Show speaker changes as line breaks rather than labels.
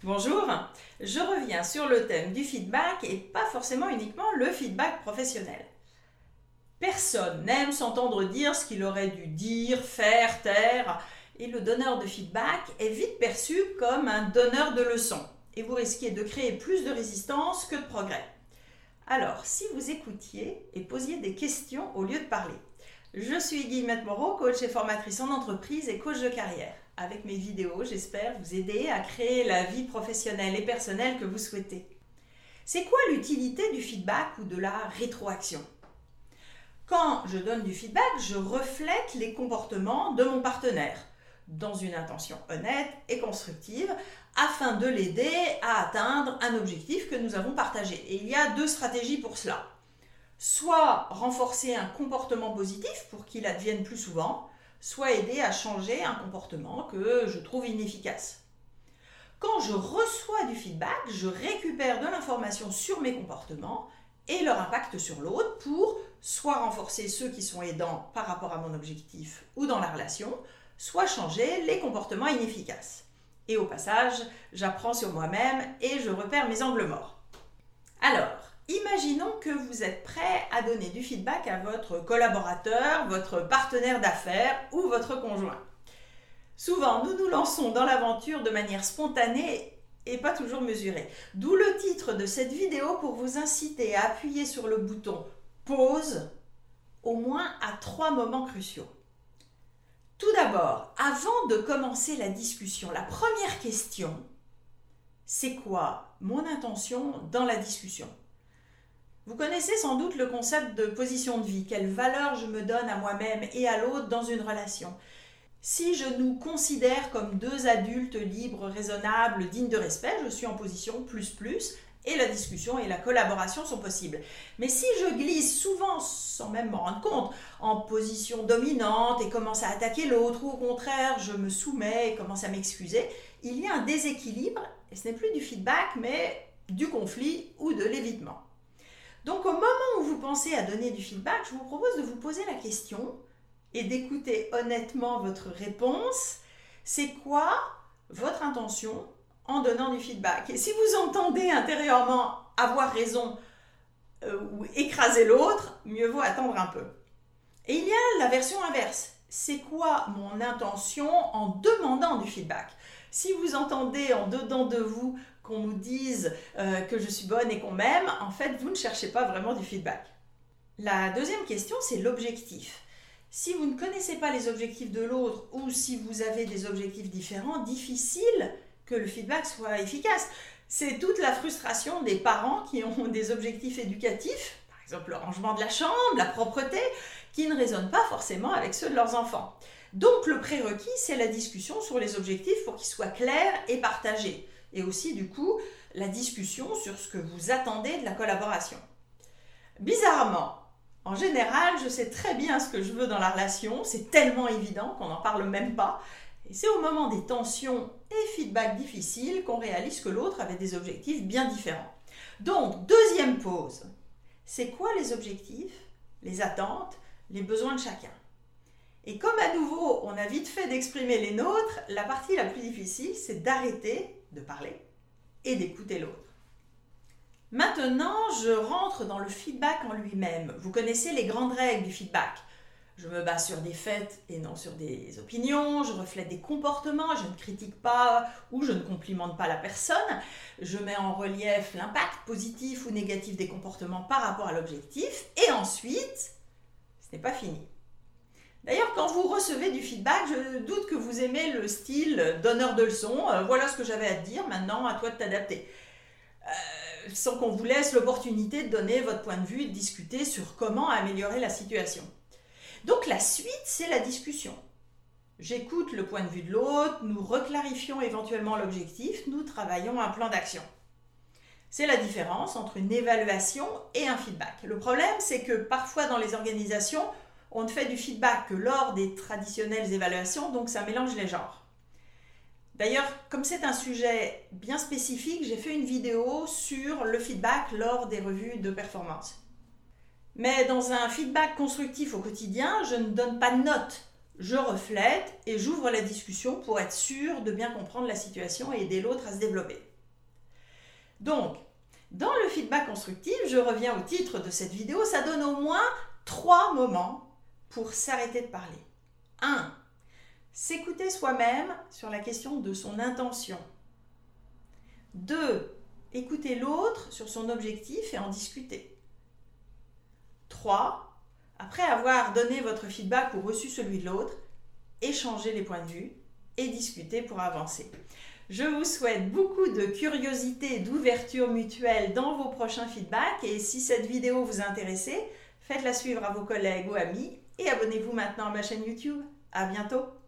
Bonjour, je reviens sur le thème du feedback et pas forcément uniquement le feedback professionnel. Personne n'aime s'entendre dire ce qu'il aurait dû dire, faire, taire, et le donneur de feedback est vite perçu comme un donneur de leçons, et vous risquez de créer plus de résistance que de progrès. Alors, si vous écoutiez et posiez des questions au lieu de parler. Je suis Guillemette Moreau, coach et formatrice en entreprise et coach de carrière. Avec mes vidéos, j'espère vous aider à créer la vie professionnelle et personnelle que vous souhaitez. C'est quoi l'utilité du feedback ou de la rétroaction ? Quand je donne du feedback, je reflète les comportements de mon partenaire dans une intention honnête et constructive afin de l'aider à atteindre un objectif que nous avons partagé. Et il y a deux stratégies pour cela. Soit renforcer un comportement positif pour qu'il advienne plus souvent, soit aider à changer un comportement que je trouve inefficace. Quand je reçois du feedback, je récupère de l'information sur mes comportements et leur impact sur l'autre pour soit renforcer ceux qui sont aidants par rapport à mon objectif ou dans la relation, soit changer les comportements inefficaces. Et au passage, j'apprends sur moi-même et je repère mes angles morts. Alors, imaginons que vous êtes prêt à donner du feedback à votre collaborateur, votre partenaire d'affaires ou votre conjoint. Souvent, nous nous lançons dans l'aventure de manière spontanée et pas toujours mesurée. D'où le titre de cette vidéo pour vous inciter à appuyer sur le bouton pause au moins à 3 moments cruciaux. Tout d'abord, avant de commencer la discussion, la première question, c'est quoi mon intention dans la discussion ? Vous connaissez sans doute le concept de position de vie, quelle valeur je me donne à moi-même et à l'autre dans une relation. Si je nous considère comme deux adultes libres, raisonnables, dignes de respect, je suis en position plus et la discussion et la collaboration sont possibles. Mais si je glisse souvent, sans même m'en rendre compte, en position dominante et commence à attaquer l'autre, ou au contraire, je me soumets et commence à m'excuser, il y a un déséquilibre, et ce n'est plus du feedback, mais du conflit ou de l'évitement. Donc au moment où vous pensez à donner du feedback, je vous propose de vous poser la question et d'écouter honnêtement votre réponse. C'est quoi votre intention en donnant du feedback ? Et si vous entendez intérieurement avoir raison ou écraser l'autre, mieux vaut attendre un peu. Et il y a la version inverse. C'est quoi mon intention en demandant du feedback ? Si vous entendez en dedans de vous qu'on nous dise que je suis bonne et qu'on m'aime, en fait, vous ne cherchez pas vraiment du feedback. La deuxième question, c'est l'objectif. Si vous ne connaissez pas les objectifs de l'autre ou si vous avez des objectifs différents, difficile que le feedback soit efficace. C'est toute la frustration des parents qui ont des objectifs éducatifs, par exemple le rangement de la chambre, la propreté, qui ne résonnent pas forcément avec ceux de leurs enfants. Donc le prérequis, c'est la discussion sur les objectifs pour qu'ils soient clairs et partagés. Et aussi, du coup, la discussion sur ce que vous attendez de la collaboration. Bizarrement, en général, je sais très bien ce que je veux dans la relation, c'est tellement évident qu'on n'en parle même pas. Et c'est au moment des tensions et feedbacks difficiles qu'on réalise que l'autre avait des objectifs bien différents. Donc, deuxième pause. C'est quoi les objectifs, les attentes, les besoins de chacun ? Et comme à nouveau, on a vite fait d'exprimer les nôtres, la partie la plus difficile, c'est d'arrêter de parler et d'écouter l'autre. Maintenant, je rentre dans le feedback en lui-même. Vous connaissez les grandes règles du feedback. Je me base sur des faits et non sur des opinions, je reflète des comportements, je ne critique pas ou je ne complimente pas la personne, je mets en relief l'impact positif ou négatif des comportements par rapport à l'objectif et ensuite, ce n'est pas fini. D'ailleurs, quand vous recevez du feedback, je doute que vous aimez le style donneur de leçons. Voilà ce que j'avais à te dire, maintenant à toi de t'adapter. Sans qu'on vous laisse l'opportunité de donner votre point de vue et de discuter sur comment améliorer la situation. Donc la suite, c'est la discussion. J'écoute le point de vue de l'autre, nous reclarifions éventuellement l'objectif, nous travaillons un plan d'action. C'est la différence entre une évaluation et un feedback. Le problème, c'est que parfois dans les organisations, on ne fait du feedback que lors des traditionnelles évaluations, donc ça mélange les genres. D'ailleurs, comme c'est un sujet bien spécifique, j'ai fait une vidéo sur le feedback lors des revues de performance. Mais dans un feedback constructif au quotidien, je ne donne pas de notes. Je reflète et j'ouvre la discussion pour être sûr de bien comprendre la situation et aider l'autre à se développer. Donc, dans le feedback constructif, je reviens au titre de cette vidéo, ça donne au moins 3 moments pour s'arrêter de parler. 1. S'écouter soi-même sur la question de son intention. 2. Écouter l'autre sur son objectif et en discuter. 3. Après avoir donné votre feedback ou reçu celui de l'autre, échanger les points de vue et discuter pour avancer. Je vous souhaite beaucoup de curiosité et d'ouverture mutuelle dans vos prochains feedbacks et si cette vidéo vous intéresse, faites-la suivre à vos collègues ou amis et abonnez-vous maintenant à ma chaîne YouTube. À bientôt!